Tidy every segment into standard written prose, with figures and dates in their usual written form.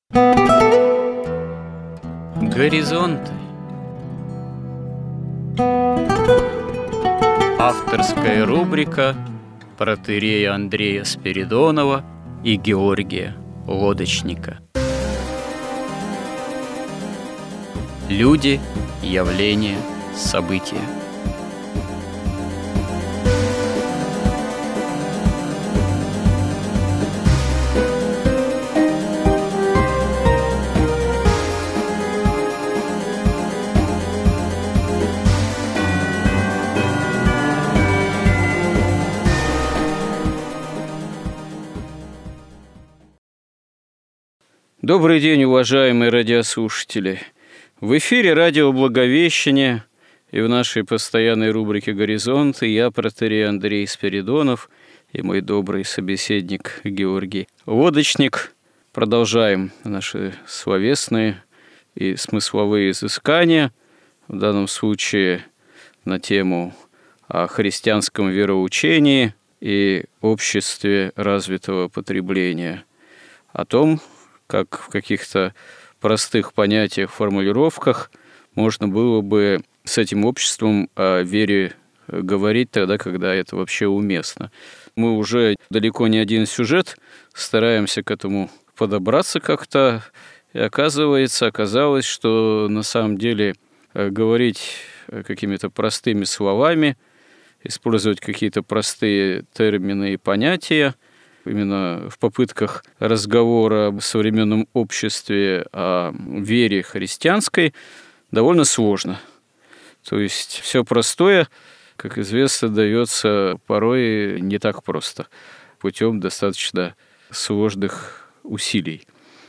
Горизонты. Авторская рубрика протоиерея Андрея Спиридонова и Георгия Лодочника. Люди, явления, события. Добрый день, уважаемые радиослушатели! В эфире радио «Благовещение» и в нашей постоянной рубрике «Горизонты» я, протоиерей Андрей Спиридонов, и мой добрый собеседник Георгий Лодочник. Продолжаем наши словесные и смысловые изыскания, в данном случае на тему о христианском вероучении и обществе развитого потребления, о том, как в каких-то простых понятиях, формулировках можно было бы с этим обществом о вере говорить тогда, когда это вообще уместно. Мы уже далеко не один сюжет стараемся к этому подобраться как-то, и оказалось, что на самом деле говорить какими-то простыми словами, использовать какие-то простые термины и понятия, именно в попытках разговора об современном обществе, о вере христианской, довольно сложно. То есть все простое, как известно, дается порой не так просто, путем достаточно сложных усилий.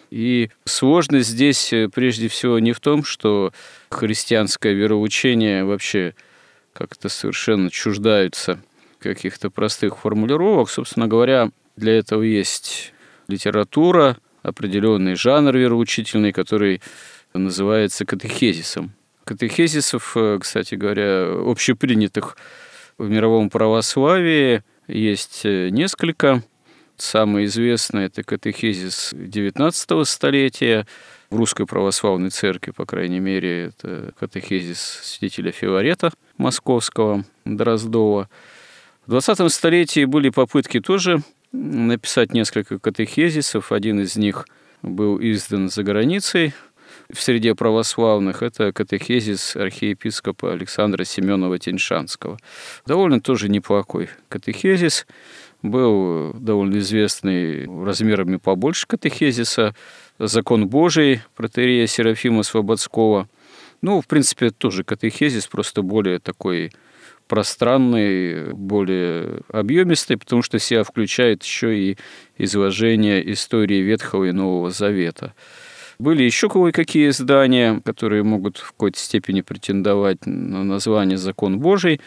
И сложность здесь прежде всего не в том, что христианское вероучение вообще как-то совершенно чуждаются каких-то простых формулировок. Собственно говоря, для этого есть литература, определенный жанр вероучительный, который называется катехезисом. Катехезисов, кстати говоря, общепринятых в мировом православии есть несколько. Самый известный – это катехезис XIX столетия. В Русской Православной Церкви, по крайней мере, это катехезис святителя Филарета Московского, Дроздова. В XX столетии были попытки тоже написать несколько катехезисов. Один из них был издан за границей в среде православных. Это катехезис архиепископа Александра Семенова Тяньшанского. Довольно тоже неплохой катехезис. Был довольно известный размерами побольше катехезиса «Закон Божий» протоиерея Серафима Слободского. В принципе, тоже катехезис, просто более такой пространный, более объемистый, потому что в себя включает еще и изложение истории Ветхого и Нового Завета. Были еще кое-какие издания, которые могут в какой-то степени претендовать на название «Закон Божий».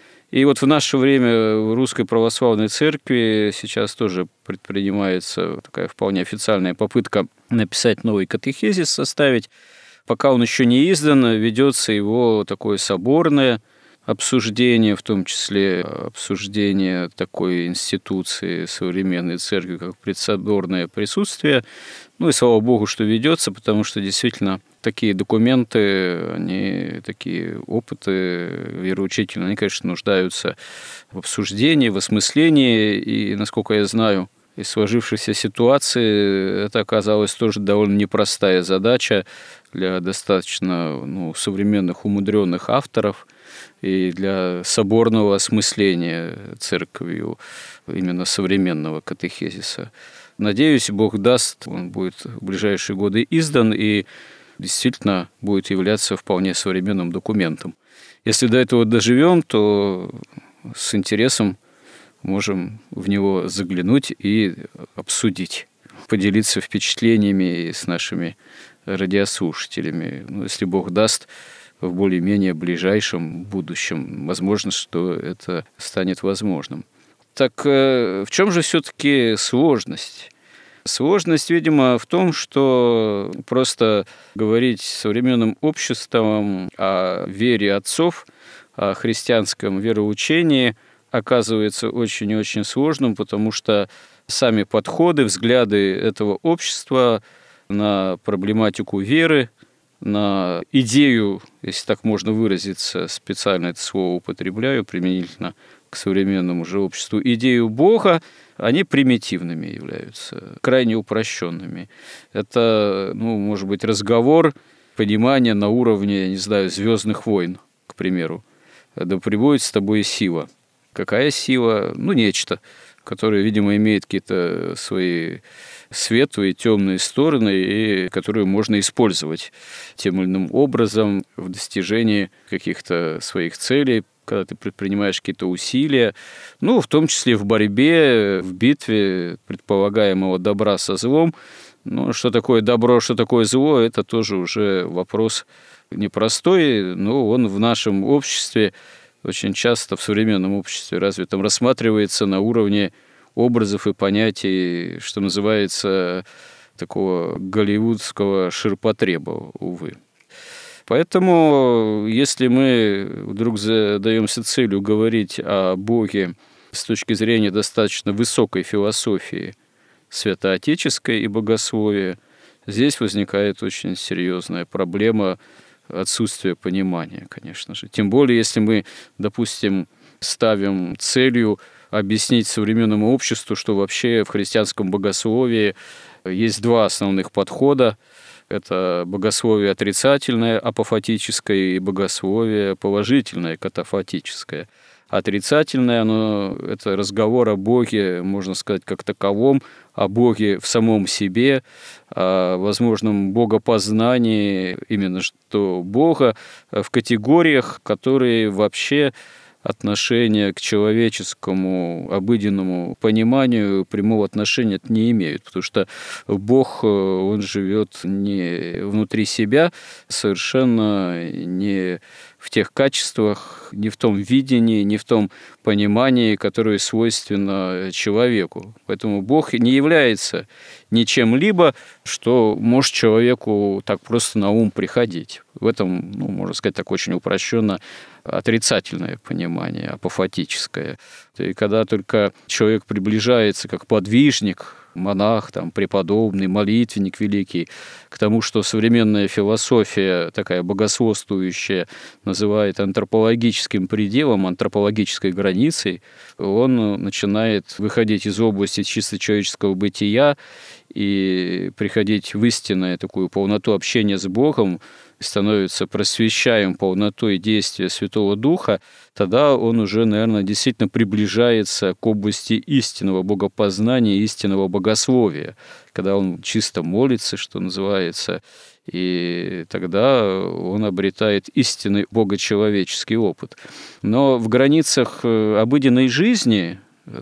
И вот в наше время в Русской Православной Церкви сейчас тоже предпринимается такая вполне официальная попытка написать новый катехезис, составить. Пока он еще не издан, ведется его такое соборное обсуждение, в том числе обсуждение такой институции современной церкви, как предсоборное присутствие. И слава Богу, что ведется, потому что действительно такие документы, они такие опыты вероучительные, они, конечно, нуждаются в обсуждении, в осмыслении. И, насколько я знаю, из сложившейся ситуации это оказалась тоже довольно непростая задача для достаточно современных, умудренных авторов и для соборного осмысления церковью именно современного катехезиса. Надеюсь, Бог даст, он будет в ближайшие годы издан и действительно будет являться вполне современным документом. Если до этого доживем, то с интересом можем в него заглянуть и обсудить, поделиться впечатлениями с нашими радиослушателями. Если Бог даст, в более-менее ближайшем будущем. Возможно, что это станет возможным. Так в чем же все-таки сложность? Сложность, видимо, в том, что просто говорить современным обществом о вере отцов, о христианском вероучении оказывается очень и очень сложным, потому что сами подходы, взгляды этого общества на проблематику веры, на идею, если так можно выразиться, специально это слово употребляю, применительно к современному же обществу, идею Бога, они примитивными являются, крайне упрощенными. Это, может быть, разговор, понимание на уровне, я не знаю, «Звездных войн», к примеру. «Да пребудет с тобой сила». Какая сила? Нечто, которое, видимо, имеет какие-то свои светлые, темные стороны, и которую можно использовать тем или иным образом в достижении каких-то своих целей, когда ты предпринимаешь какие-то усилия, в том числе в борьбе, в битве предполагаемого добра со злом. Что такое добро, что такое зло, это тоже уже вопрос непростой, но он в нашем обществе очень часто, в современном обществе развитом, рассматривается на уровне образов и понятий, что называется, такого голливудского ширпотреба, увы. Поэтому, если мы вдруг задаемся целью говорить о Боге с точки зрения достаточно высокой философии, святоотеческой и богословия, здесь возникает очень серьезная проблема отсутствия понимания, конечно же. Тем более, если мы, допустим, ставим целью объяснить современному обществу, что вообще в христианском богословии есть два основных подхода. Это богословие отрицательное, апофатическое, и богословие положительное, катафатическое. Отрицательное, это разговор о Боге, можно сказать, как таковом, о Боге в самом себе, о возможном богопознании, именно что Бога, в категориях, которые вообще отношения к человеческому обыденному пониманию прямого отношения не имеют, потому что Бог, Он живет не внутри себя, совершенно не в тех качествах, не в том видении, не в том понимании, которое свойственно человеку. Поэтому Бог не является ничем-либо, что может человеку так просто на ум приходить. В этом, можно сказать, так очень упрощенно отрицательное понимание, апофатическое. И когда только человек приближается как подвижник, монах, преподобный, молитвенник великий, к тому, что современная философия, такая богословствующая, называет антропологическим пределом, антропологической границей, он начинает выходить из области чисто человеческого бытия и приходить в истинную такую полноту общения с Богом, становится просвещаем полнотой действия Святого Духа, тогда он уже, наверное, действительно приближается к области истинного богопознания, истинного богословия, когда он чисто молится, что называется, и тогда он обретает истинный богочеловеческий опыт. Но в границах обыденной жизни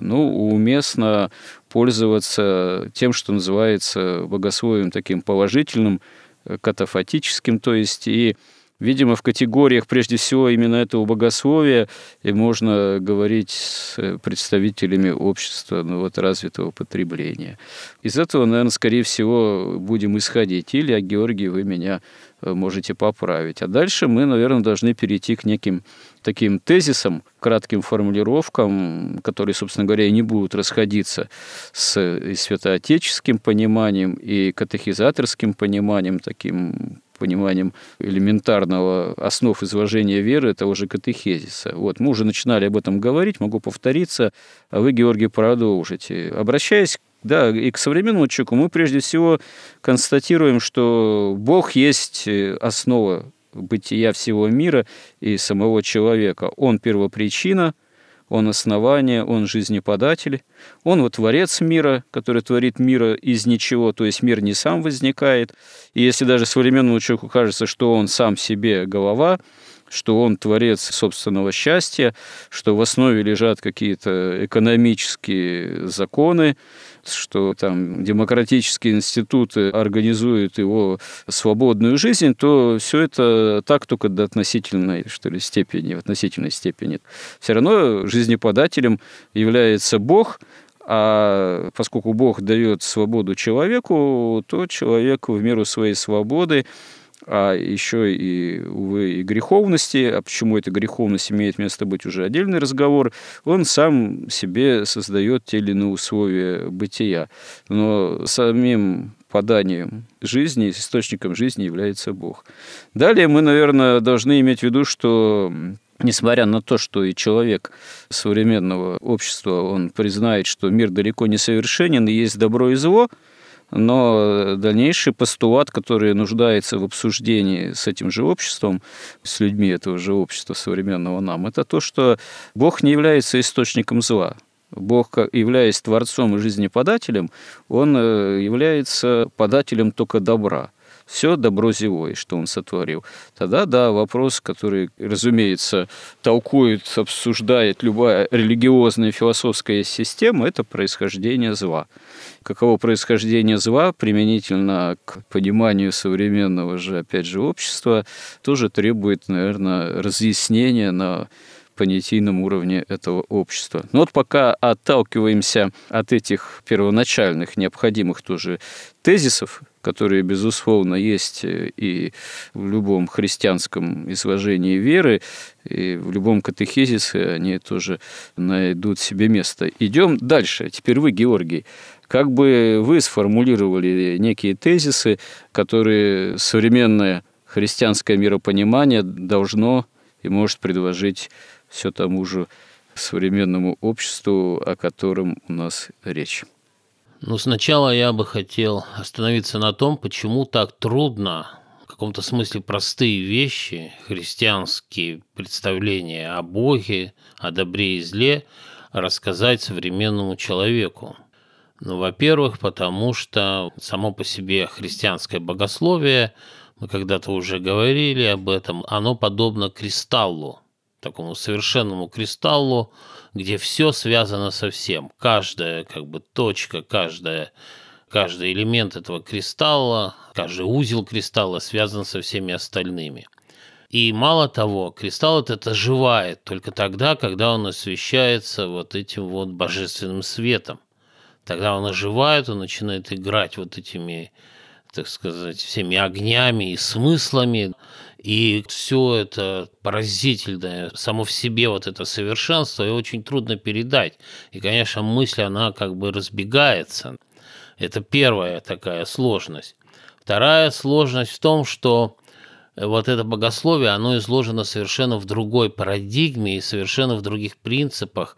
уместно пользоваться тем, что называется богословием таким положительным, катафатическим, то есть, и, видимо, в категориях, прежде всего, именно этого богословия и можно говорить с представителями общества развитого потребления. Из этого, наверное, скорее всего, будем исходить. Или, Георгий, вы меня можете поправить. А дальше мы, наверное, должны перейти к неким таким тезисам, кратким формулировкам, которые, собственно говоря, и не будут расходиться с и святоотеческим пониманием, и катехизаторским пониманием, таким пониманием элементарного основ изложения веры, того же катехезиса. Мы уже начинали об этом говорить, могу повториться, а вы, Георгий, продолжите. Обращаясь и к современному человеку, мы прежде всего констатируем, что Бог есть основа бытия всего мира и самого человека. Он первопричина, Он основание, Он жизнеподатель, Он творец мира, который творит мира из ничего, то есть мир не сам возникает. И если даже современному человеку кажется, что он сам себе голова, что он творец собственного счастья, что в основе лежат какие-то экономические законы, что демократические институты организуют его свободную жизнь, то все это так только до относительной степени, в относительной степени. Все равно жизнеподателем является Бог, а поскольку Бог дает свободу человеку, то человек в меру своей свободы, а еще и, увы, и греховности, а почему эта греховность имеет место быть, уже отдельный разговор, он сам себе создает те или иные условия бытия. Но самим поданием жизни, источником жизни является Бог. Далее мы, наверное, должны иметь в виду, что несмотря на то, что и человек современного общества, он признает, что мир далеко не совершенен, и есть добро и зло, но дальнейший постулат, который нуждается в обсуждении с этим же обществом, с людьми этого же общества современного нам, это то, что Бог не является источником зла. Бог, являясь Творцом и жизнеподателем, Он является подателем только добра. Все добро зелое, что Он сотворил. Тогда, да, вопрос, который, разумеется, толкует, обсуждает любая религиозная и философская система, это происхождение зла. Каково происхождение зла применительно к пониманию современного же, опять же, общества, тоже требует, наверное, разъяснения на понятийном уровне этого общества. Но вот пока отталкиваемся от этих первоначальных, необходимых тоже тезисов, которые, безусловно, есть и в любом христианском изложении веры, и в любом катехизисе они тоже найдут себе место. Идем дальше. Теперь вы, Георгий, как бы вы сформулировали некие тезисы, которые современное христианское миропонимание должно и может предложить все тому же современному обществу, о котором у нас речь. Сначала я бы хотел остановиться на том, почему так трудно, в каком-то смысле простые вещи, христианские представления о Боге, о добре и зле рассказать современному человеку. Во-первых, потому что само по себе христианское богословие, мы когда-то уже говорили об этом, оно подобно кристаллу, такому совершенному кристаллу, где все связано со всем. Каждая точка, каждый элемент этого кристалла, каждый узел кристалла связан со всеми остальными. И мало того, кристалл этот оживает только тогда, когда он освещается вот этим вот божественным светом. Тогда он оживает, он начинает играть вот этими, так сказать, всеми огнями и смыслами. И все это поразительное, само в себе вот это совершенство, и очень трудно передать. И, конечно, мысль, она разбегается. Это первая такая сложность. Вторая сложность в том, что вот это богословие, оно изложено совершенно в другой парадигме и совершенно в других принципах,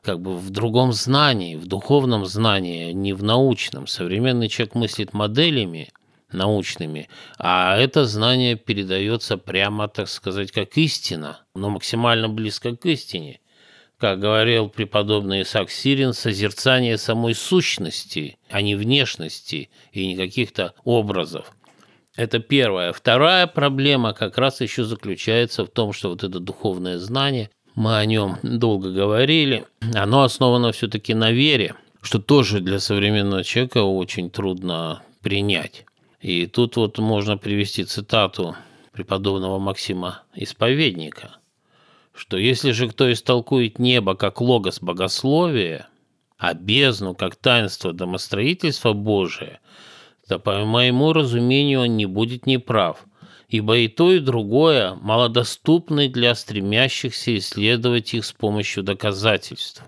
в другом знании, в духовном знании, не в научном. Современный человек мыслит моделями научными, а это знание передается прямо, так сказать, как истина, но максимально близко к истине. Как говорил преподобный Исаак Сирин, созерцание самой сущности, а не внешности и не каких-то образов. Это первое. Вторая проблема как раз еще заключается в том, что вот это духовное знание, мы о нем долго говорили, оно основано все-таки на вере, что тоже для современного человека очень трудно принять. И тут вот можно привести цитату преподобного Максима Исповедника, что если же кто истолкует небо как логос богословия, а бездну как таинство домостроительства Божия, то, по моему разумению, он не будет неправ, ибо и то, и другое малодоступны для стремящихся исследовать их с помощью доказательств.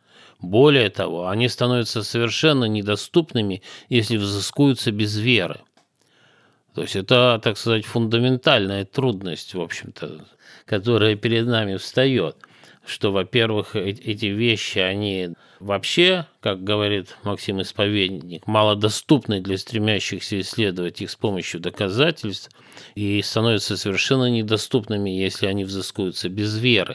Более того, они становятся совершенно недоступными, если взыскуются без веры. То есть это, так сказать, фундаментальная трудность, в общем-то, которая перед нами встает, что, во-первых, эти вещи, они вообще, как говорит Максим Исповедник, малодоступны для стремящихся исследовать их с помощью доказательств и становятся совершенно недоступными, если они взыскуются без веры.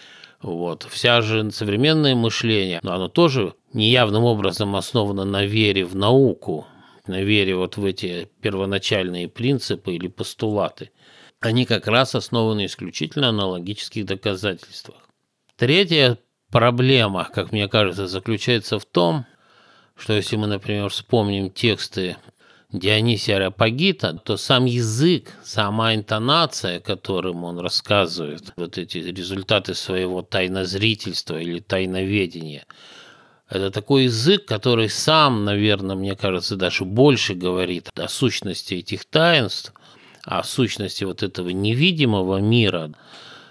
Вся же современное мышление, оно тоже неявным образом основано на вере в науку, на вере в эти первоначальные принципы или постулаты. Они как раз основаны исключительно на логических доказательствах. Третья проблема, как мне кажется, заключается в том, что если мы, например, вспомним тексты Дионисия Ареопагита, то сам язык, сама интонация, которым он рассказывает вот эти результаты своего тайнозрительства или тайноведения, это такой язык, который сам, наверное, мне кажется, даже больше говорит о сущности этих таинств, о сущности вот этого невидимого мира,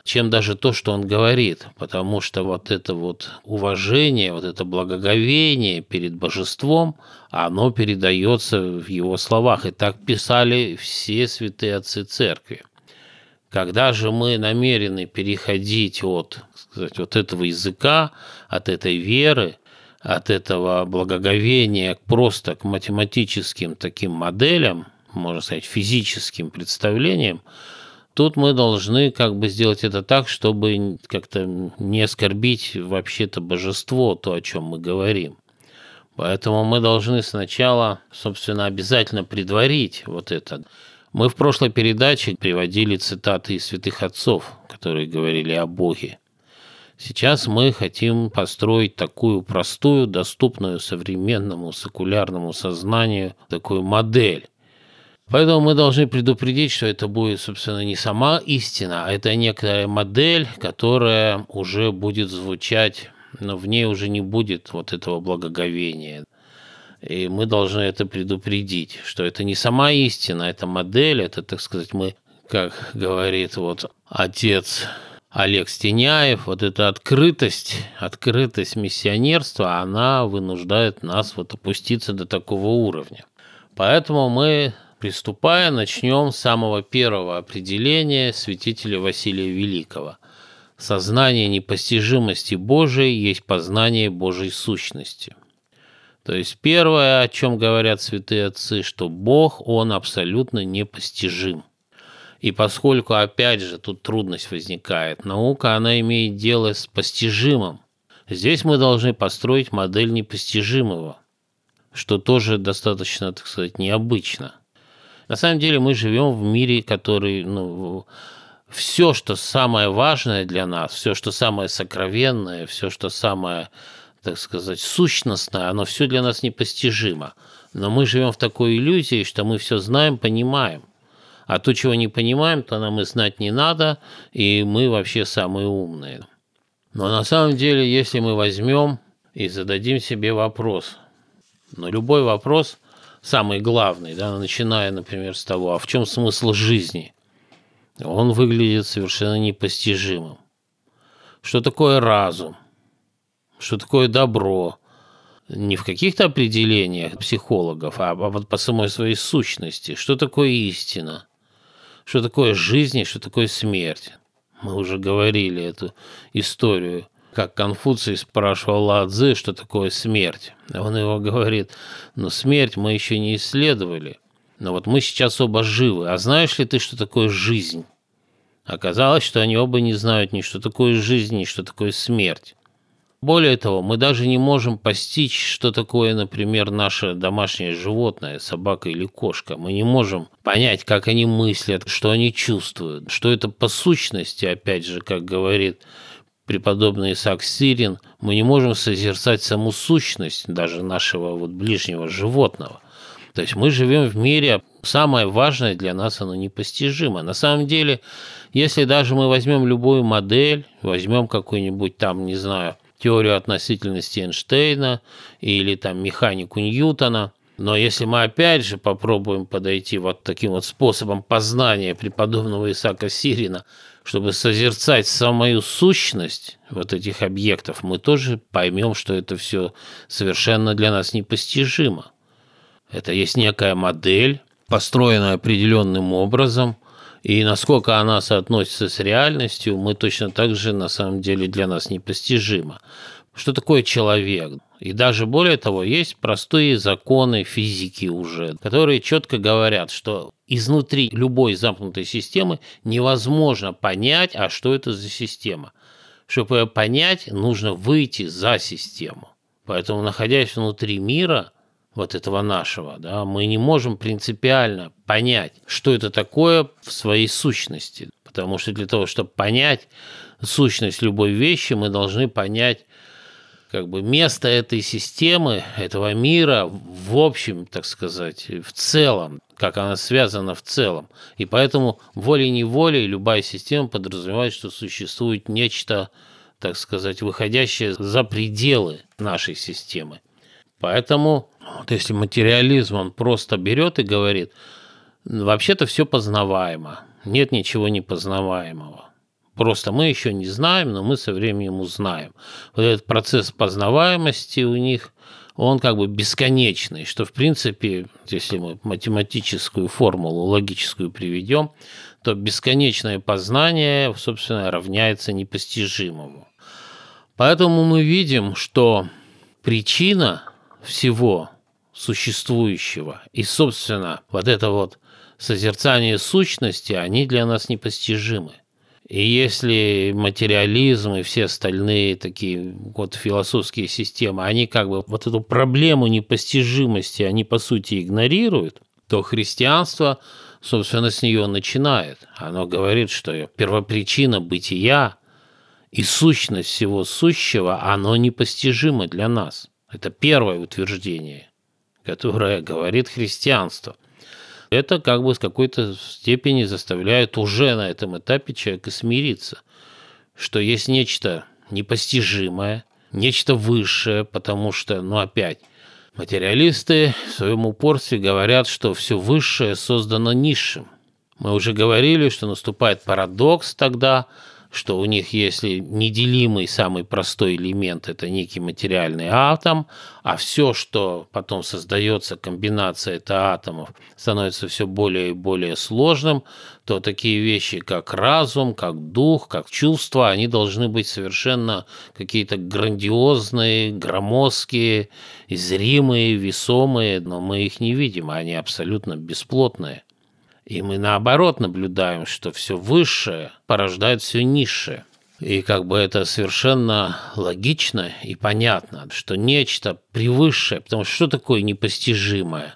чем даже то, что он говорит, потому что вот это вот уважение, вот это благоговение перед божеством, оно передается в его словах. И так писали все святые отцы церкви. Когда же мы намерены переходить от, сказать, вот этого языка, от этой веры, от этого благоговения просто к математическим таким моделям, можно сказать, физическим представлениям, тут мы должны как бы сделать это так, чтобы как-то не оскорбить вообще-то божество, то, о чем мы говорим. Поэтому мы должны сначала, собственно, обязательно предварить вот это. Мы в прошлой передаче приводили цитаты из святых отцов, которые говорили о Боге. Сейчас мы хотим построить такую простую, доступную современному секулярному сознанию такую модель. Поэтому мы должны предупредить, что это будет, собственно, не сама истина, а это некая модель, которая уже будет звучать, но в ней уже не будет вот этого благоговения. И мы должны это предупредить, что это не сама истина, это модель, это, так сказать, мы, как говорит вот отец Олег Стеняев, вот эта открытость миссионерства, она вынуждает нас вот опуститься до такого уровня. Поэтому мы, приступая, начнем с самого первого определения святителя Василия Великого. Сознание непостижимости Божией есть познание Божьей сущности. То есть первое, о чем говорят святые отцы, что Бог, Он абсолютно непостижим. И поскольку, опять же, тут трудность возникает, наука, она имеет дело с постижимым. Здесь мы должны построить модель непостижимого, что тоже достаточно, так сказать, необычно. На самом деле мы живем в мире, который, все, что самое важное для нас, все, что самое сокровенное, все, что самое, так сказать, сущностное, оно все для нас непостижимо. Но мы живем в такой иллюзии, что мы все знаем, понимаем. А то, чего не понимаем, то нам и знать не надо, и мы вообще самые умные. Но на самом деле, если мы возьмем и зададим себе вопрос, любой вопрос, самый главный, начиная, например, с того, а в чем смысл жизни, он выглядит совершенно непостижимым. Что такое разум? Что такое добро? Не в каких-то определениях психологов, а вот по самой своей сущности. Что такое истина? Что такое жизнь и что такое смерть? Мы уже говорили эту историю, как Конфуций спрашивал Лао Цзы, что такое смерть. Он его говорит, смерть мы еще не исследовали, но вот мы сейчас оба живы. А знаешь ли ты, что такое жизнь? Оказалось, что они оба не знают ни что такое жизнь, ни что такое смерть. Более того, мы даже не можем постичь, что такое, например, наше домашнее животное, собака или кошка. Мы не можем понять, как они мыслят, что они чувствуют, что это по сущности, опять же, как говорит преподобный Исаак Сирин, мы не можем созерцать саму сущность даже нашего ближнего животного. То есть мы живем в мире, самое важное для нас, оно непостижимо. На самом деле, если даже мы возьмем любую модель, возьмем какую-нибудь теорию относительности Эйнштейна или механику Ньютона. Но если мы опять же попробуем подойти вот таким вот способом познания преподобного Исаака Сирина, чтобы созерцать самую сущность вот этих объектов, мы тоже поймем, что это все совершенно для нас непостижимо. Это есть некая модель, построенная определенным образом, и насколько она соотносится с реальностью, мы точно так же, на самом деле, для нас непостижимо. Что такое человек? И даже более того, есть простые законы физики уже, которые четко говорят, что изнутри любой замкнутой системы невозможно понять, а что это за система. Чтобы ее понять, нужно выйти за систему. Поэтому, находясь внутри мира, вот этого нашего, мы не можем принципиально понять, что это такое в своей сущности. Потому что для того, чтобы понять сущность любой вещи, мы должны понять место этой системы, этого мира в общем, так сказать, в целом, как она связана в целом. И поэтому волей-неволей любая система подразумевает, что существует нечто, так сказать, выходящее за пределы нашей системы. Поэтому, если материализм, он просто берет и говорит, вообще-то все познаваемо, нет ничего непознаваемого. Просто мы еще не знаем, но мы со временем узнаем. Вот этот процесс познаваемости у них, он как бы бесконечный, что, в принципе, если мы математическую формулу логическую приведем, то бесконечное познание, собственно, равняется непостижимому. Поэтому мы видим, что причина всего существующего и, собственно, вот это вот созерцание сущности, они для нас непостижимы. И если материализм и все остальные такие вот философские системы, они как бы вот эту проблему непостижимости, они по сути игнорируют, то христианство, собственно, с нее начинает. Оно говорит, что первопричина бытия и сущность всего сущего, оно непостижимо для нас. Это первое утверждение, которое говорит христианство. Это как бы в какой-то степени заставляет уже на этом этапе человека смириться, что есть нечто непостижимое, нечто высшее, потому что, опять, материалисты в своем упорстве говорят, что все высшее создано низшим. Мы уже говорили, что наступает парадокс тогда, что у них, если неделимый самый простой элемент – это некий материальный атом, а все, что потом создается, комбинация это атомов, становится все более и более сложным, то такие вещи, как разум, как дух, как чувства, они должны быть совершенно какие-то грандиозные, громоздкие, зримые, весомые, но мы их не видим, они абсолютно бесплотные. И мы, наоборот, наблюдаем, что все высшее порождает все низшее. И как бы это совершенно логично и понятно, что нечто превысшее, потому что такое непостижимое?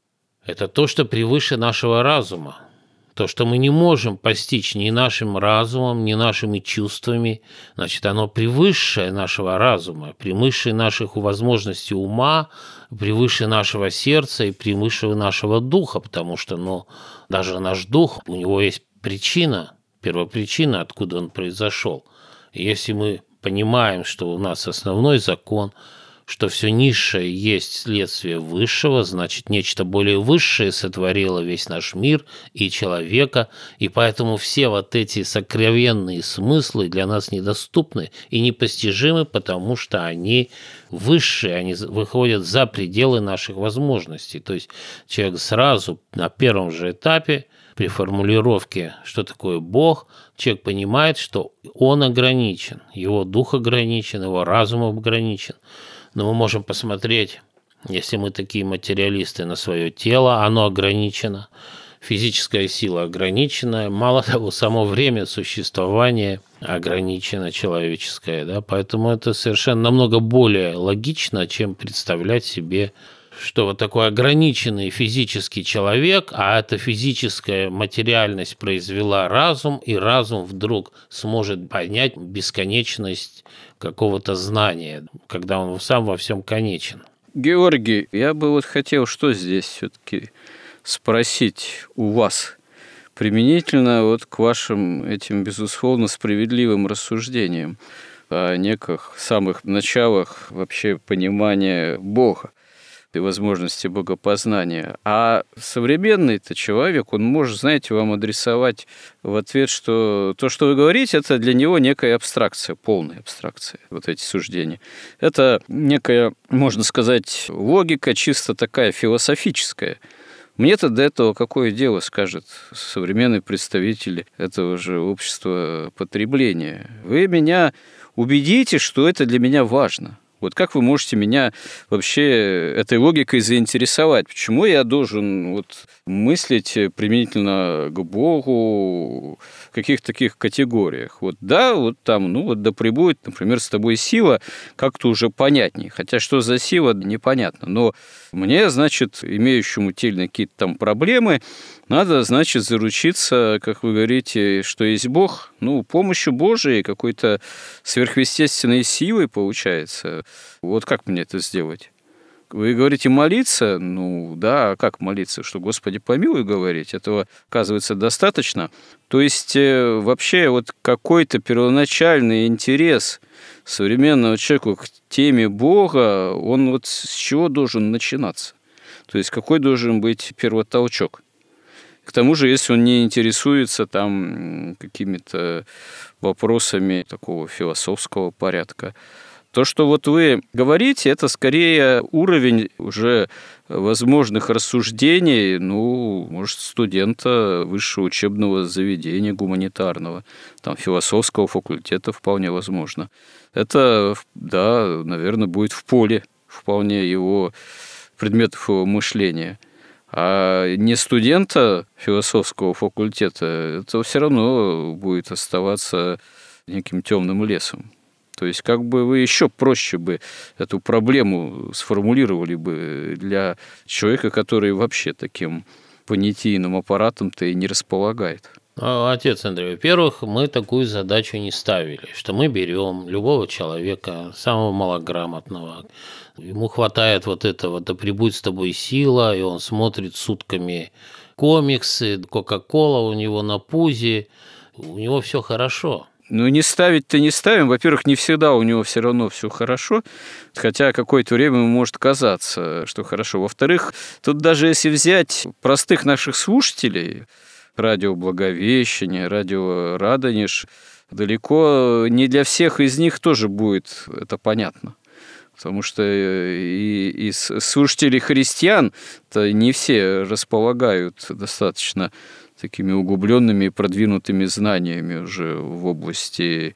Это то, что превыше нашего разума. То, что мы не можем постичь ни нашим разумом, ни нашими чувствами, значит, оно превыше нашего разума, превыше наших возможностей ума, превыше нашего сердца и превыше нашего духа, потому что, даже наш дух, у него есть причина, первопричина, откуда он произошел. И если мы понимаем, что у нас основной закон, что все низшее есть следствие высшего, значит, нечто более высшее сотворило весь наш мир и человека, и поэтому все вот эти сокровенные смыслы для нас недоступны и непостижимы, потому что они высшие, они выходят за пределы наших возможностей. То есть человек сразу на первом же этапе при формулировке, что такое Бог, человек понимает, что он ограничен, его дух ограничен, его разум ограничен. Но мы можем посмотреть, если мы такие материалисты, на свое тело, оно ограничено, физическая сила ограничена, мало того, само время существования ограничено человеческое, да, поэтому это совершенно намного более логично, чем представлять себе, что вот такой ограниченный физический человек, а эта физическая материальность произвела разум, и разум вдруг сможет понять бесконечность какого-то знания, когда он сам во всем конечен. Георгий, я бы хотел что здесь все-таки спросить у вас применительно к вашим этим, безусловно, справедливым рассуждениям о неких самых началах вообще понимания Бога и возможности богопознания. А современный-то человек, он может, вам адресовать в ответ, что то, что вы говорите, это для него некая абстракция, полная абстракция, эти суждения. Это некая, можно сказать, логика чисто такая философическая. Мне-то до этого какое дело, скажет современный представитель этого же общества потребления. Вы меня убедите, что это для меня важно. Как вы можете меня вообще этой логикой заинтересовать? Почему я должен мыслить применительно к Богу в каких-то таких категориях? Да пребудет, например, с тобой сила, как-то уже понятнее. Хотя что за сила, непонятно. Но мне, имеющему тельные какие-то там проблемы, надо, заручиться, как вы говорите, что есть Бог, помощью Божией, какой-то сверхъестественной силой, получается. Как мне это сделать? Вы говорите молиться? Да, а как молиться? Что Господи помилуй говорить? Этого, оказывается, достаточно. То есть, вообще, какой-то первоначальный интерес современного человека к теме Бога, он с чего должен начинаться? То есть, какой должен быть первотолчок? К тому же, если он не интересуется там какими-то вопросами такого философского порядка. То, что вот вы говорите, это скорее уровень уже возможных рассуждений, может, студента высшего учебного заведения гуманитарного, там, философского факультета вполне возможно. Это, да, наверное, будет в поле вполне его предметов его мышления. А не студента философского факультета, это все равно будет оставаться неким темным лесом. То есть, как бы вы еще проще бы эту проблему сформулировали бы для человека, который вообще таким понятийным аппаратом-то и не располагает. Отец Андрей, во-первых, мы такую задачу не ставили, что мы берем любого человека, самого малограмотного, ему хватает вот этого «да пребудет с тобой сила», и он смотрит сутками комиксы, Кока-Кола у него на пузе, у него все хорошо. Не ставить-то не ставим. Во-первых, не всегда у него все равно все хорошо, хотя какое-то время ему может казаться, что хорошо. Во-вторых, тут даже если взять простых наших слушателей, радио Благовещение, радио Радонеж, далеко не для всех из них тоже будет это понятно. Потому что и из слушателей христиан-то не все располагают достаточно такими углубленными и продвинутыми знаниями уже в области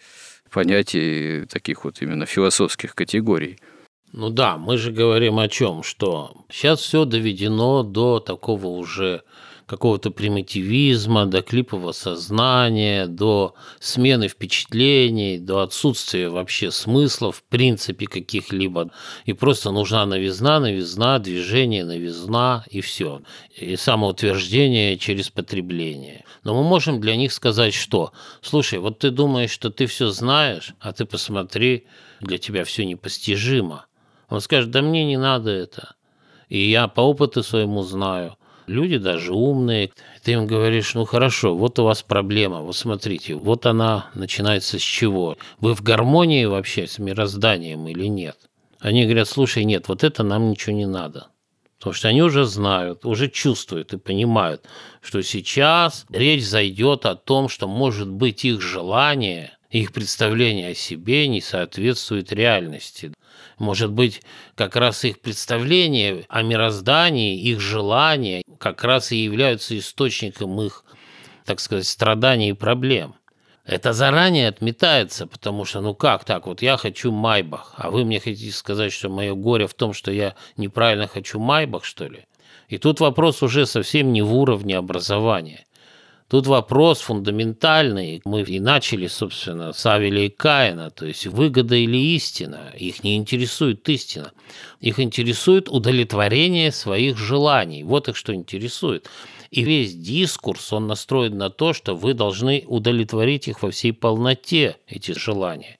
понятий таких вот именно философских категорий. Да, мы же говорим о чем, что сейчас все доведено до такого уже какого-то примитивизма, до клипового сознания, до смены впечатлений, до отсутствия вообще смысла в принципе каких-либо. И просто нужна новизна, движение, новизна и все. И самоутверждение через потребление. Но мы можем для них сказать, что слушай, вот ты думаешь, что ты все знаешь, а ты посмотри, для тебя все непостижимо. Он скажет, да мне не надо это. И я по опыту своему знаю. Люди даже умные. Ты им говоришь, хорошо, вот у вас проблема, вот смотрите, вот она начинается с чего? Вы в гармонии вообще с мирозданием или нет? Они говорят, слушай, нет, вот это нам ничего не надо. Потому что они уже знают, уже чувствуют и понимают, что сейчас речь зайдет о том, что, может быть, их желание, их представление о себе не соответствует реальности. Может быть, как раз их представление о мироздании, их желания как раз и являются источником их, так сказать, страданий и проблем. Это заранее отметается, потому что, как так, вот я хочу Майбах, а вы мне хотите сказать, что мое горе в том, что я неправильно хочу Майбах, что ли? И тут вопрос уже совсем не в уровне образования. Тут вопрос фундаментальный. Мы и начали, собственно, с Авеля и Каина, то есть выгода или истина. Их не интересует истина. Их интересует удовлетворение своих желаний. Вот их что интересует. И весь дискурс, он настроен на то, что вы должны удовлетворить их во всей полноте, эти желания.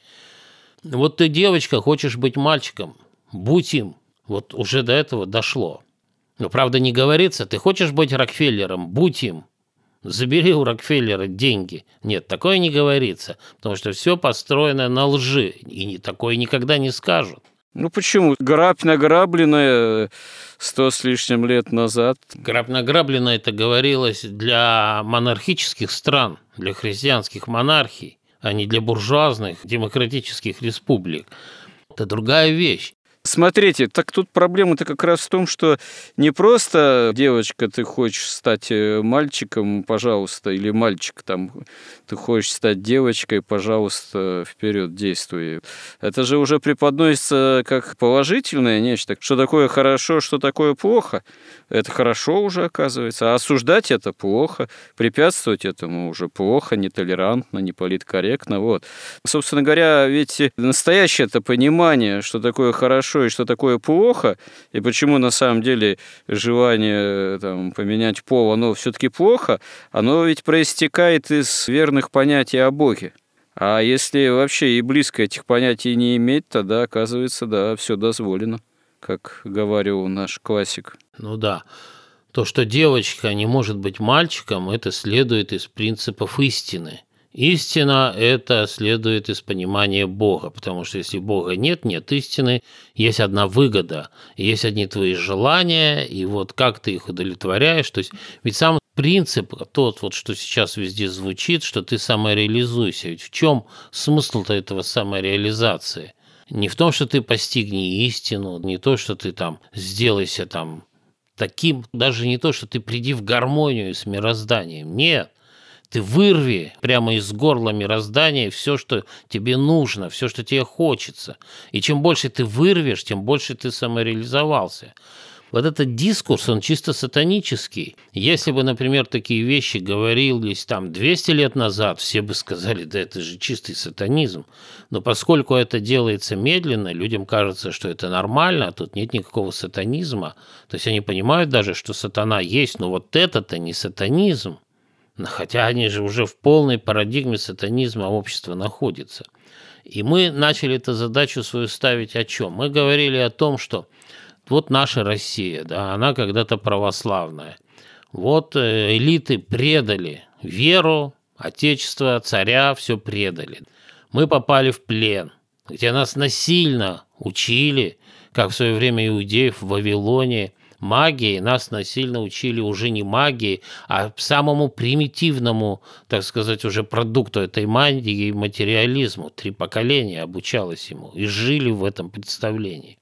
Вот ты, девочка, хочешь быть мальчиком, будь им. Вот уже до этого дошло. Но, правда, не говорится, ты хочешь быть Рокфеллером, будь им. Забери у Рокфеллера деньги. Нет, такое не говорится, потому что все построено на лжи, и такое никогда не скажут. Почему? Грабь награбленная 100 с лишним лет назад. Грабь награбленная это говорилось для монархических стран, для христианских монархий, а не для буржуазных демократических республик. Это другая вещь. Смотрите, так тут проблема-то как раз в том, что не просто, девочка, ты хочешь стать мальчиком, пожалуйста, или мальчик, ты хочешь стать девочкой, пожалуйста, вперед действуй. Это же уже преподносится как положительное нечто. Что такое хорошо, что такое плохо, это хорошо уже оказывается. А осуждать это плохо, препятствовать этому уже плохо, нетолерантно, неполиткорректно. Вот. Собственно говоря, ведь настоящее это понимание, что такое хорошо, и что такое плохо, и почему на самом деле желание поменять пол, оно все-таки плохо, оно ведь проистекает из верных понятий о Боге. А если вообще и близко этих понятий не иметь, тогда, оказывается, да, все дозволено, как говорил наш классик. Да. То, что девочка не может быть мальчиком, это следует из принципов истины. Истина – это следует из понимания Бога, потому что если Бога нет истины, есть одна выгода, есть одни твои желания, и вот как ты их удовлетворяешь. То есть ведь сам принцип тот, вот, что сейчас везде звучит, что ты самореализуйся. Ведь в чем смысл-то этого самореализации? Не в том, что ты постигни истину, не то, что ты там сделайся там таким, даже не то, что ты приди в гармонию с мирозданием. Нет. Ты вырви прямо из горла мироздания все, что тебе нужно, все, что тебе хочется. И чем больше ты вырвешь, тем больше ты самореализовался. Вот этот дискурс, он чисто сатанический. Если бы, например, такие вещи говорились там 200 лет назад, все бы сказали, да это же чистый сатанизм. Но поскольку это делается медленно, людям кажется, что это нормально, а тут нет никакого сатанизма. То есть они понимают даже, что сатана есть, но вот это-то не сатанизм. Хотя они же уже в полной парадигме сатанизма общества находятся. И мы начали эту задачу свою ставить о чем? Мы говорили о том, что вот наша Россия, да, она когда-то православная. Вот элиты предали веру, отечество, царя, все предали. Мы попали в плен, где нас насильно учили, как в свое время иудеев в Вавилоне, магии. Нас насильно учили уже не магии, а самому примитивному, так сказать, уже продукту этой магии, материализму. 3 поколения обучалось ему и жили в этом представлении.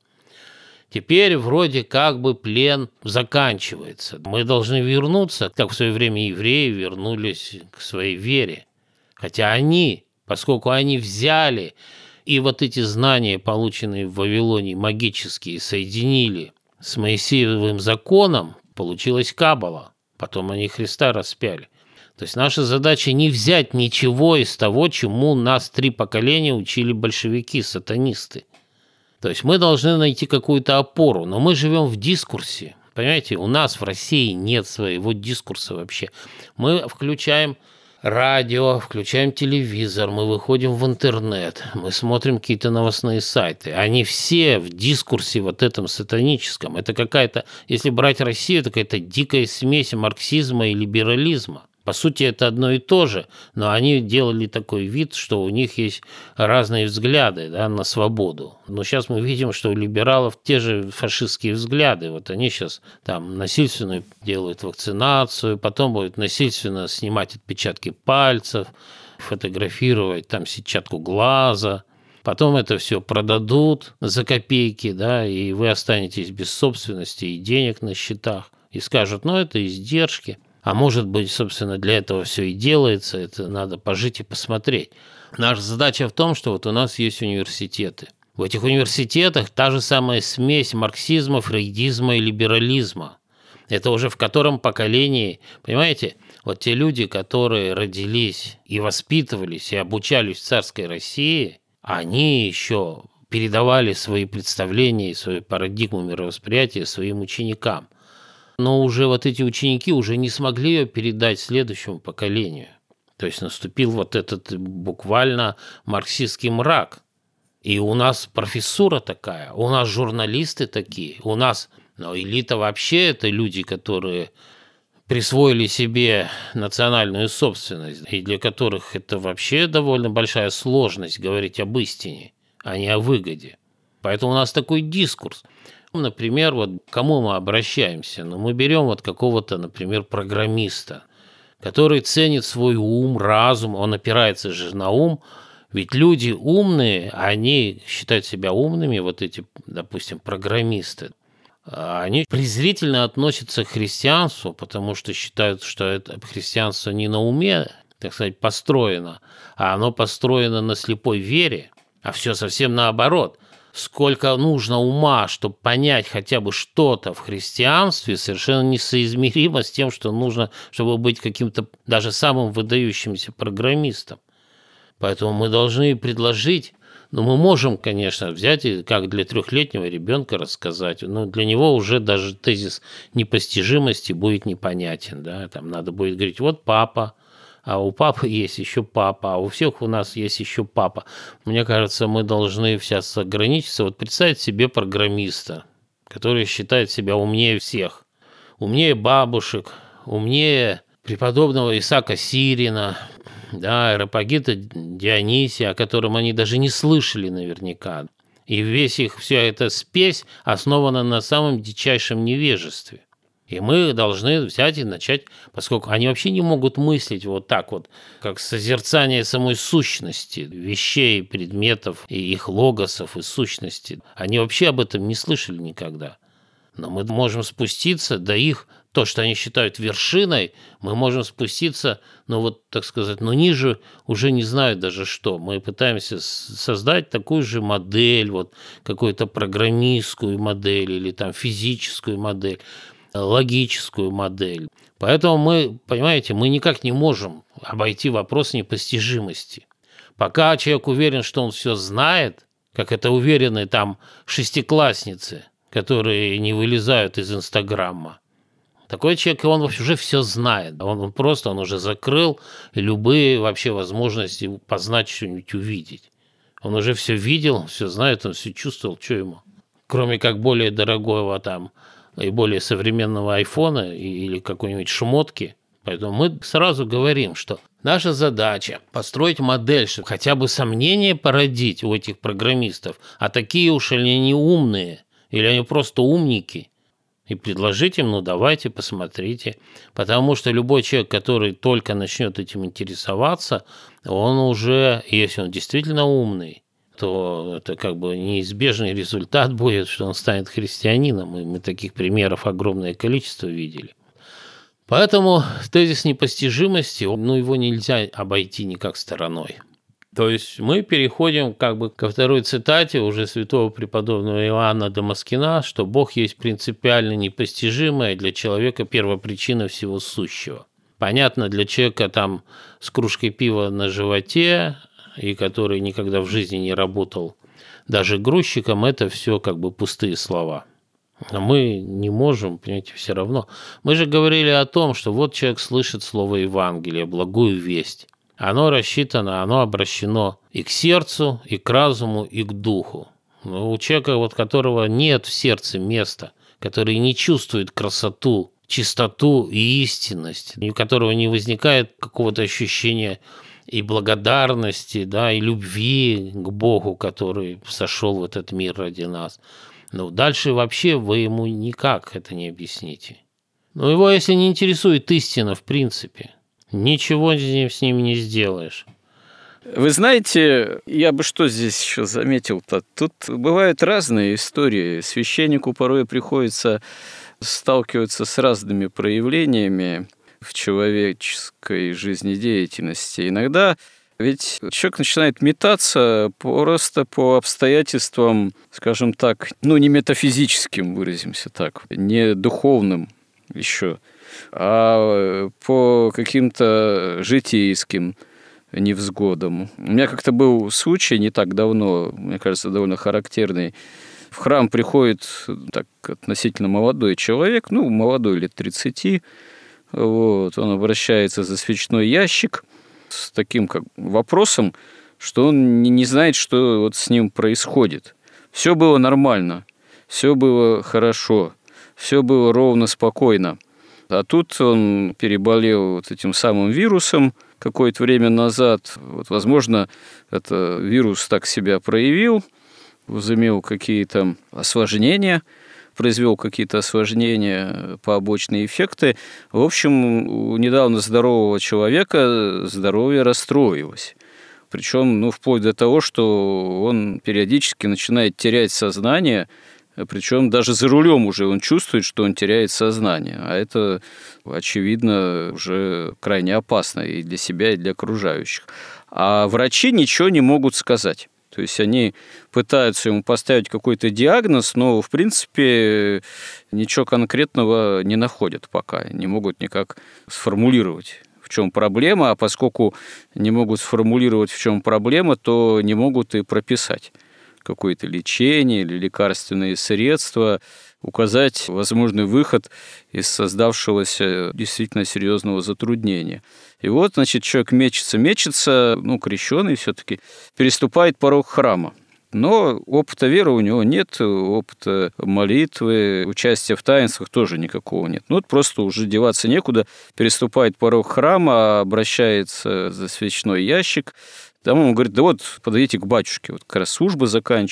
Теперь вроде как бы плен заканчивается. Мы должны вернуться, как в свое время евреи вернулись к своей вере. Хотя они, поскольку они взяли и вот эти знания, полученные в Вавилоне, магические, соединили с Моисеевым законом, получилась Каббала. Потом они Христа распяли. То есть наша задача не взять ничего из того, чему нас 3 поколения учили большевики, сатанисты. То есть мы должны найти какую-то опору, но мы живем в дискурсе. Понимаете, у нас в России нет своего дискурса вообще. Мы включаем радио, включаем телевизор, мы выходим в интернет, мы смотрим какие-то новостные сайты. Они все в дискурсе вот этом сатаническом. Это какая-то, если брать Россию, это какая-то дикая смесь марксизма и либерализма. По сути, это одно и то же, но они делали такой вид, что у них есть разные взгляды, да, на свободу. Но сейчас мы видим, что у либералов те же фашистские взгляды. Вот они сейчас там насильственно делают вакцинацию, потом будут насильственно снимать отпечатки пальцев, фотографировать там сетчатку глаза. Потом это все продадут за копейки, да, и вы останетесь без собственности и денег на счетах. И скажут, ну, это издержки. А может быть, собственно, для этого все и делается, это надо пожить и посмотреть. Наша задача в том, что вот у нас есть университеты. В этих университетах та же самая смесь марксизма, фрейдизма и либерализма. Это уже в котором поколении, понимаете, вот те люди, которые родились и воспитывались, и обучались в царской России, они еще передавали свои представления и свою парадигму мировосприятия своим ученикам. Но уже вот эти ученики уже не смогли ее передать следующему поколению. То есть наступил вот этот буквально марксистский мрак. И у нас профессура такая, у нас журналисты такие, у нас, но элита вообще это люди, которые присвоили себе национальную собственность, и для которых это вообще довольно большая сложность говорить об истине, а не о выгоде. Поэтому у нас такой дискурс. Например, вот к кому мы обращаемся? Ну, мы берем вот какого-то, например, программиста, который ценит свой ум, разум, он опирается же на ум. Ведь люди умные, они считают себя умными, вот эти, допустим, программисты. Они презрительно относятся к христианству, потому что считают, что это христианство не на уме, так сказать, построено, а оно построено на слепой вере, а все совсем наоборот. Сколько нужно ума, чтобы понять хотя бы что-то в христианстве, совершенно несоизмеримо с тем, что нужно, чтобы быть каким-то даже самым выдающимся программистом. Поэтому мы должны предложить, ну, мы можем, конечно, взять и как для 3-летнего ребенка рассказать, но для него уже даже тезис непостижимости будет непонятен, да, там надо будет говорить, вот папа, а у папы есть еще папа, а у всех у нас есть еще папа. Мне кажется, мы должны сейчас ограничиться. Вот представить себе программиста, который считает себя умнее всех. Умнее бабушек, умнее преподобного Исаака Сирина, да, Ареопагита Дионисия, о котором они даже не слышали наверняка. И вся эта спесь основана на самом дичайшем невежестве. И мы должны взять и начать, поскольку они вообще не могут мыслить вот так вот, как созерцание самой сущности вещей, предметов, и их логосов и сущности. Они вообще об этом не слышали никогда. Но мы можем спуститься до их, то, что они считают вершиной, мы можем спуститься, так сказать, ниже уже не знаю даже что. Мы пытаемся создать такую же модель, какую-то программистскую модель или там физическую модель, логическую модель. Поэтому мы, понимаете, мы никак не можем обойти вопрос непостижимости. Пока человек уверен, что он все знает, как это уверены там шестиклассницы, которые не вылезают из Инстаграма. Такой человек, он уже все знает. Он уже закрыл любые вообще возможности познать что-нибудь, увидеть. Он уже все видел, все знает, он все чувствовал, что ему. Кроме как более дорогого там и более современного айфона или какой-нибудь шмотки. Поэтому мы сразу говорим, что наша задача построить модель, чтобы хотя бы сомнения породить у этих программистов, а такие уж они не умные, или они просто умники, и предложить им, давайте, посмотрите. Потому что любой человек, который только начнет этим интересоваться, он уже, если он действительно умный, то это неизбежный результат будет, что он станет христианином. И мы таких примеров огромное количество видели. Поэтому тезис непостижимости, его нельзя обойти никак стороной. То есть мы переходим ко второй цитате уже святого преподобного Иоанна Дамаскина, что Бог есть принципиально непостижимая для человека первопричина всего сущего. Понятно, для человека там с кружкой пива на животе и который никогда в жизни не работал даже грузчиком, это все пустые слова. Но мы не можем, понимаете, все равно. Мы же говорили о том, что человек слышит слово Евангелия, благую весть. Оно рассчитано, оно обращено и к сердцу, и к разуму, и к духу. Но у человека, которого нет в сердце места, который не чувствует красоту, чистоту и истинность, у которого не возникает какого-то ощущения и благодарности, и любви к Богу, который сошел в этот мир ради нас. Дальше вообще вы ему никак это не объясните. Его, если не интересует истина, в принципе, ничего с ним не сделаешь. Вы знаете, я бы что здесь еще заметил-то? Тут бывают разные истории. Священнику порой приходится сталкиваться с разными проявлениями в человеческой жизнедеятельности. Иногда ведь человек начинает метаться просто по обстоятельствам, скажем так, не метафизическим, выразимся так, не духовным еще, а по каким-то житейским невзгодам. У меня как-то был случай не так давно, мне кажется, довольно характерный. В храм приходит так относительно молодой человек, молодой, лет 30, он обращается за свечной ящик с таким вопросом, что он не знает, что с ним происходит. Все было нормально, все было хорошо, все было ровно, спокойно. А тут он переболел этим самым вирусом какое-то время назад. Возможно, это вирус так себя проявил, возымел какие-то осложнения, произвел какие-то осложнения, побочные эффекты. В общем, у недавно здорового человека здоровье расстроилось. Причем, вплоть до того, что он периодически начинает терять сознание, причем даже за рулем уже он чувствует, что он теряет сознание. А это, очевидно, уже крайне опасно и для себя, и для окружающих. А врачи ничего не могут сказать. То есть они пытаются ему поставить какой-то диагноз, но, в принципе, ничего конкретного не находят пока, не могут никак сформулировать, в чем проблема, а поскольку не могут сформулировать, в чем проблема, то не могут и прописать какое-то лечение или лекарственные средства, указать возможный выход из создавшегося действительно серьезного затруднения. И человек мечется, крещеный все-таки, переступает порог храма. Но опыта веры у него нет, опыта молитвы, участия в таинствах тоже никакого нет. Просто уже деваться некуда, переступает порог храма, обращается за свечной ящик. Там он говорит, подойдите к батюшке, как раз служба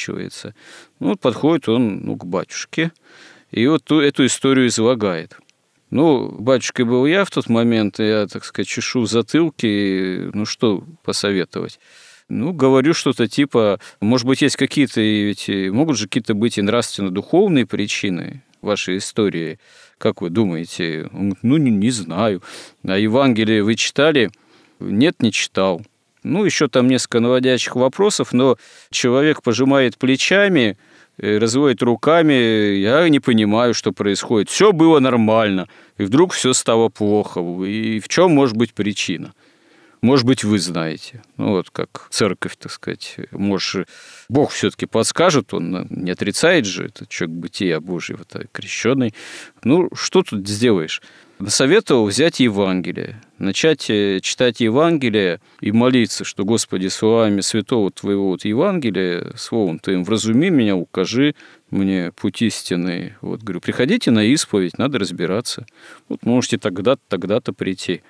заканчивается. Подходит он к батюшке и эту историю излагает. Ну, батюшкой был я в тот момент, я, так сказать, чешу затылки, ну, что посоветовать? Ну, говорю что-то типа, может быть, есть какие-то, ведь могут же какие-то быть и нравственно-духовные причины вашей истории. Как вы думаете? Он говорит, ну, не знаю. А Евангелие вы читали? Нет, не читал. Ну, еще там несколько наводящих вопросов, но человек пожимает плечами, разводит руками, я не понимаю, что происходит. Все было нормально, и вдруг все стало плохо. И в чем может быть причина? Может быть, вы знаете. Ну, вот как церковь, так сказать. Может, Бог все-таки подскажет, он не отрицает же, это человек бытия Божьего, крещеный. Ну, что тут сделаешь? Насоветовал взять Евангелие, начать читать Евангелие и молиться, что, Господи, словами святого Твоего вот Евангелия, словом Твоим вразуми меня, укажи мне путь истинный. Вот, говорю, приходите на исповедь, надо разбираться. Вот можете тогда-то, тогда-то прийти.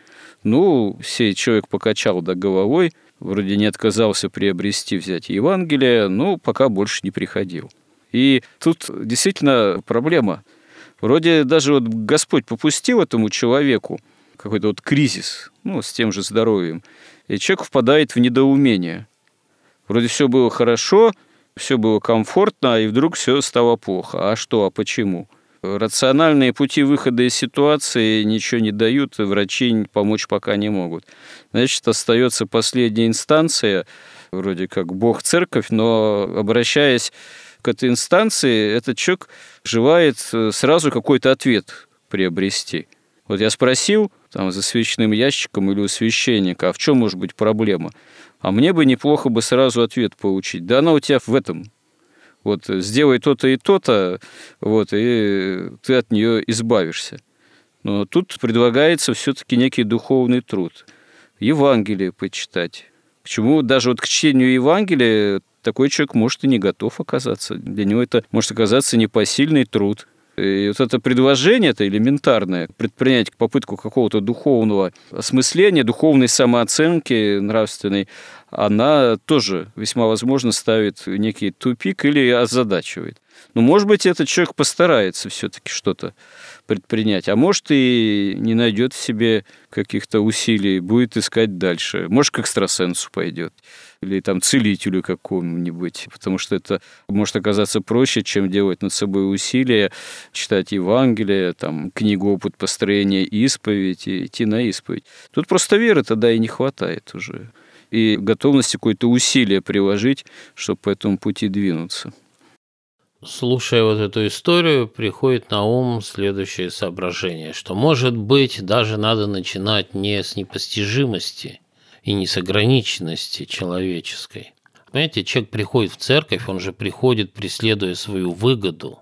Ну, сей человек покачал головой, вроде не отказался приобрести, взять Евангелие, но пока больше не приходил. И тут действительно проблема. Вроде даже вот Господь попустил этому человеку какой-то вот кризис, ну, с тем же здоровьем, и человек впадает в недоумение. Вроде все было хорошо, все было комфортно, и вдруг все стало плохо. А что, а почему? Рациональные пути выхода из ситуации ничего не дают, и врачи помочь пока не могут. Значит, остается последняя инстанция, вроде как Бог-церковь, но обращаясь к этой инстанции, этот человек желает сразу какой-то ответ приобрести. Вот я спросил там, за свечным ящиком или у священника, а в чем может быть проблема? А мне бы неплохо бы сразу ответ получить. Да она у тебя в этом. Вот сделай то-то и то-то, вот, и ты от нее избавишься. Но тут предлагается все-таки некий духовный труд. Евангелие почитать. Почему даже вот к чтению Евангелия такой человек может и не готов оказаться. Для него это может оказаться непосильный труд. И вот это предложение, это элементарное, предпринять попытку какого-то духовного осмысления, духовной самооценки нравственной, она тоже весьма возможно ставит некий тупик или озадачивает. Но, может быть, этот человек постарается все-таки что-то предпринять, а может и не найдет в себе каких-то усилий, будет искать дальше. Может, к экстрасенсу пойдет или там целителю какому-нибудь, потому что это может оказаться проще, чем делать над собой усилия, читать Евангелие, там, книгу «Опыт построения исповедь» и идти на исповедь. Тут просто веры тогда и не хватает уже, и готовности какое-то усилие приложить, чтобы по этому пути двинуться. Слушая вот эту историю, приходит на ум следующее соображение, что, может быть, даже надо начинать не с непостижимости и не с ограниченности человеческой. Понимаете, человек приходит в церковь, он же приходит, преследуя свою выгоду.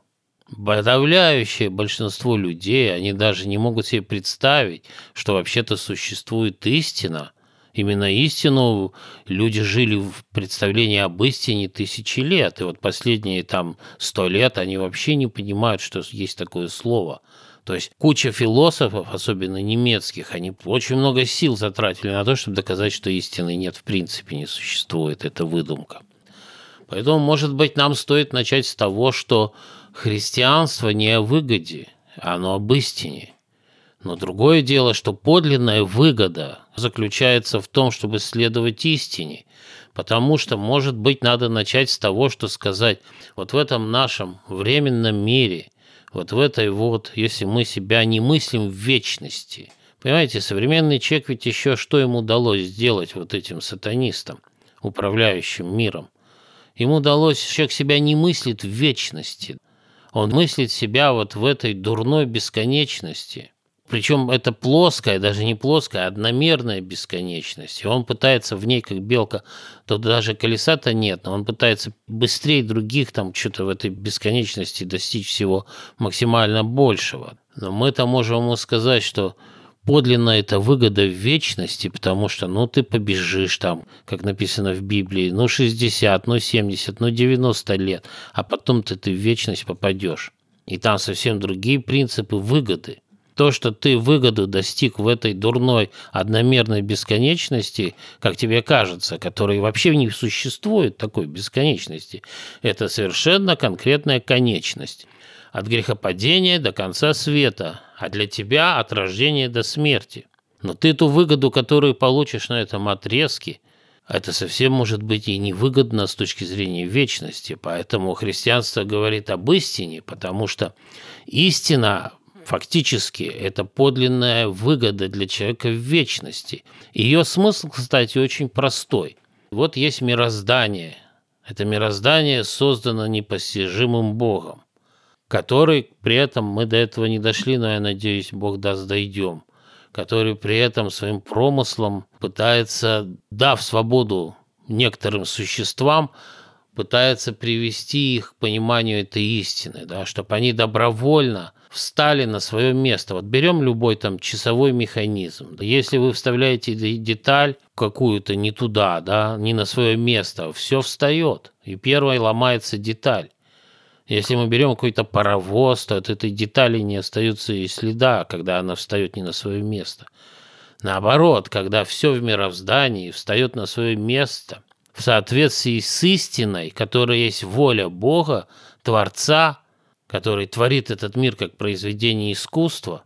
Подавляющее большинство людей, они даже не могут себе представить, что вообще-то существует истина. Именно истину люди жили в представлении об истине тысячи лет. И вот последние 100 лет они вообще не понимают, что есть такое слово. То есть куча философов, особенно немецких, они очень много сил затратили на то, чтобы доказать, что истины нет в принципе, не существует. Это выдумка. Поэтому, может быть, нам стоит начать с того, что христианство не о выгоде, оно об истине. Но другое дело, что подлинная выгода заключается в том, чтобы следовать истине, потому что, может быть, надо начать с того, что сказать, вот в этом нашем временном мире, вот в этой вот, если мы себя не мыслим в вечности, понимаете, современный человек ведь еще что ему удалось сделать вот этим сатанистам, управляющим миром? Ему удалось, человек себя не мыслит в вечности, он мыслит себя вот в этой дурной бесконечности. Причем это плоская, даже не плоская, а одномерная бесконечность. И он пытается в ней, как белка, то даже колеса-то нет, но он пытается быстрее других что-то в этой бесконечности достичь всего максимально большего. Но мы-то можем ему сказать, что подлинно это выгода в вечности, потому что, ты побежишь как написано в Библии, 60, 70, 90 лет, а потом-то ты в вечность попадешь. И там совсем другие принципы выгоды. То, что ты выгоду достиг в этой дурной одномерной бесконечности, как тебе кажется, которой вообще не существует такой бесконечности, это совершенно конкретная конечность. от грехопадения до конца света, а для тебя от рождения до смерти. Но ты ту выгоду, которую получишь на этом отрезке, это совсем может быть и невыгодно с точки зрения вечности. Поэтому христианство говорит об истине, потому что истина фактически это подлинная выгода для человека в вечности. Ее смысл, кстати, очень простой. Вот есть мироздание. Это мироздание создано непостижимым Богом, который при этом, мы до этого не дошли, но я надеюсь, Бог даст, дойдем, который при этом своим промыслом пытается, дав свободу некоторым существам, пытается привести их к пониманию этой истины, да, чтобы они добровольно встали на свое место. Вот берем любой там часовой механизм. Если вы вставляете деталь какую-то не туда, да, не на свое место, все встает, и первой ломается деталь. Если мы берем какой-то паровоз, то от этой детали не остается и следа, когда она встает не на свое место. Наоборот, когда все в мироздании встает на свое место в соответствии с истиной, которая есть воля Бога, Творца, который творит этот мир как произведение искусства,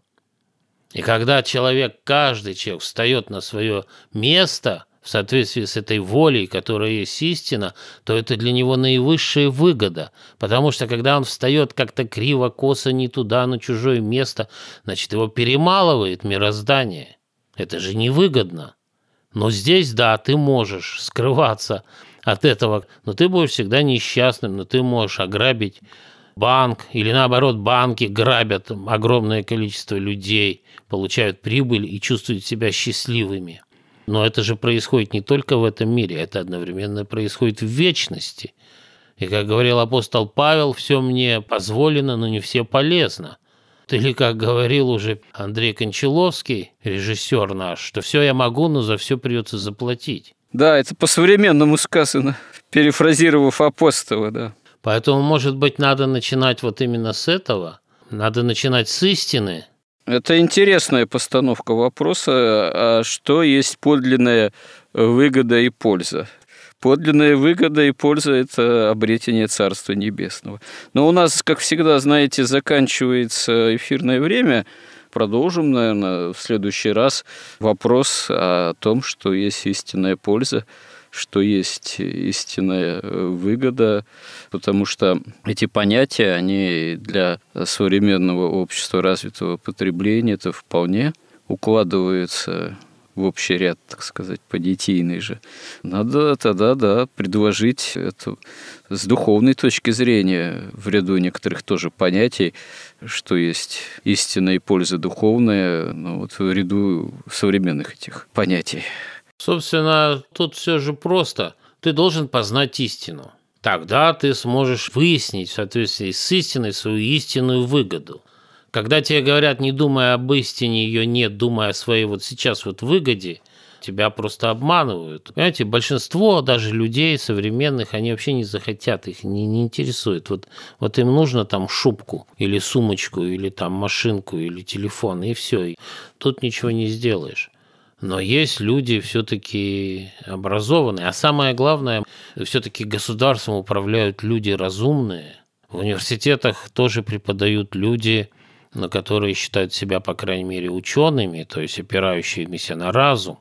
и когда каждый человек встает на свое место в соответствии с этой волей, которая есть истина, то это для него наивысшая выгода, потому что когда он встает как-то криво, косо, не туда, на чужое место, значит, его перемалывает мироздание. Это же невыгодно. Но здесь, да, ты можешь скрываться от этого, но ты будешь всегда несчастным, но ты можешь ограбить банк, или наоборот, банки грабят огромное количество людей, получают прибыль и чувствуют себя счастливыми. Но это же происходит не только в этом мире, это одновременно происходит в вечности. И, как говорил апостол Павел, все мне позволено, но не все полезно. Или, как говорил уже Андрей Кончаловский, режиссер наш, что все я могу, но за все придется заплатить. Да, это по-современному сказано, перефразировав апостола, да. Поэтому, может быть, надо начинать вот именно с этого, надо начинать с истины. Это интересная постановка вопроса, а что есть подлинная выгода и польза? Подлинная выгода и польза – это обретение Царства Небесного. Но у нас, как всегда, знаете, заканчивается эфирное время. Продолжим, наверное, в следующий раз вопрос о том, что есть истинная польза, что есть истинная выгода, потому что эти понятия, они для современного общества развитого потребления это вполне укладываются в общий ряд, так сказать, понятийный же. Надо тогда, да, предложить это с духовной точки зрения в ряду некоторых тоже понятий, что есть истинная и польза духовная, но вот в ряду современных этих понятий. Собственно, тут все же просто. Ты должен познать истину. Тогда ты сможешь выяснить в соответствии с истиной свою истинную выгоду. Когда тебе говорят, не думая об истине, ее нет, думая о своей вот сейчас вот выгоде, тебя просто обманывают. Понимаете, большинство даже людей современных, они вообще не захотят, их не интересует. Вот им нужно там шубку или сумочку, или там машинку, или телефон, и все. И тут ничего не сделаешь. Но есть люди все-таки образованные, а самое главное, все-таки государством управляют люди разумные. В университетах тоже преподают люди, которые считают себя, по крайней мере, учеными, то есть опирающимися на разум.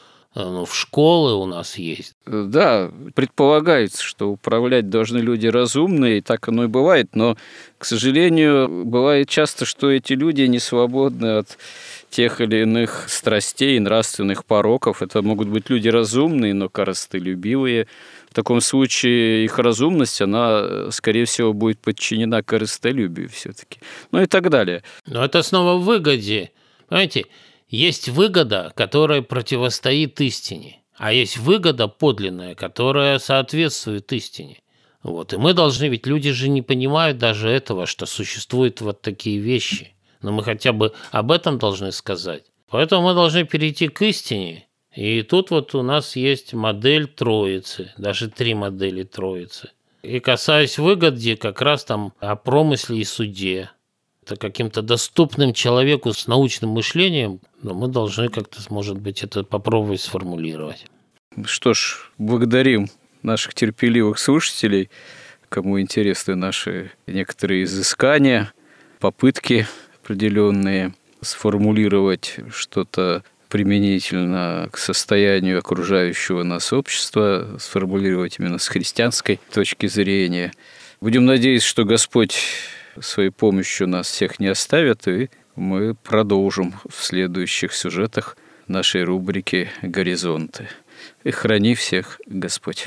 В школы у нас есть. Да, предполагается, что управлять должны люди разумные, и так оно и бывает, но, к сожалению, бывает часто, что эти люди не свободны от тех или иных страстей, нравственных пороков. Это могут быть люди разумные, но корыстолюбивые. В таком случае их разумность, она, скорее всего, будет подчинена корыстолюбию все-таки. Ну и так далее. Но это снова в выгоде. Понимаете, есть выгода, которая противостоит истине, а есть выгода подлинная, которая соответствует истине. Вот. И мы должны, ведь люди же не понимают даже этого, что существуют вот такие вещи. Но мы хотя бы об этом должны сказать. Поэтому мы должны перейти к истине. И тут вот у нас есть модель Троицы, даже 3 модели Троицы. И касаясь выгоды, как раз там о промысле и суде. Это каким-то доступным человеку с научным мышлением, но мы должны как-то, может быть, это попробовать сформулировать. Что ж, благодарим наших терпеливых слушателей, кому интересны наши некоторые изыскания, попытки определенные сформулировать что-то применительно к состоянию окружающего нас общества, сформулировать именно с христианской точки зрения. Будем надеяться, что Господь своей помощью нас всех не оставит, и мы продолжим в следующих сюжетах нашей рубрики «Горизонты». И храни всех Господь.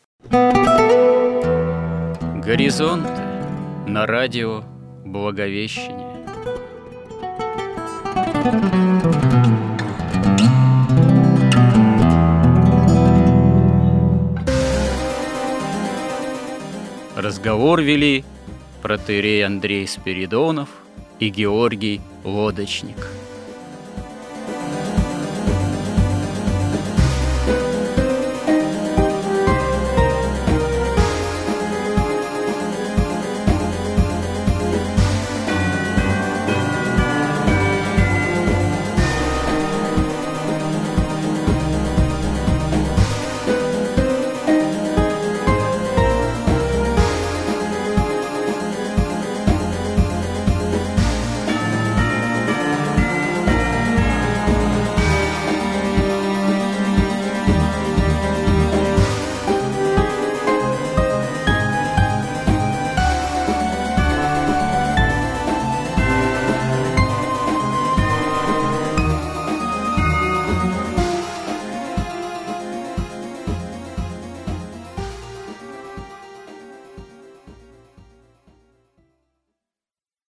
Горизонты на радио Благовещение. Разговор вели протоиерей Андрей Спиридонов и Георгий Лодочник.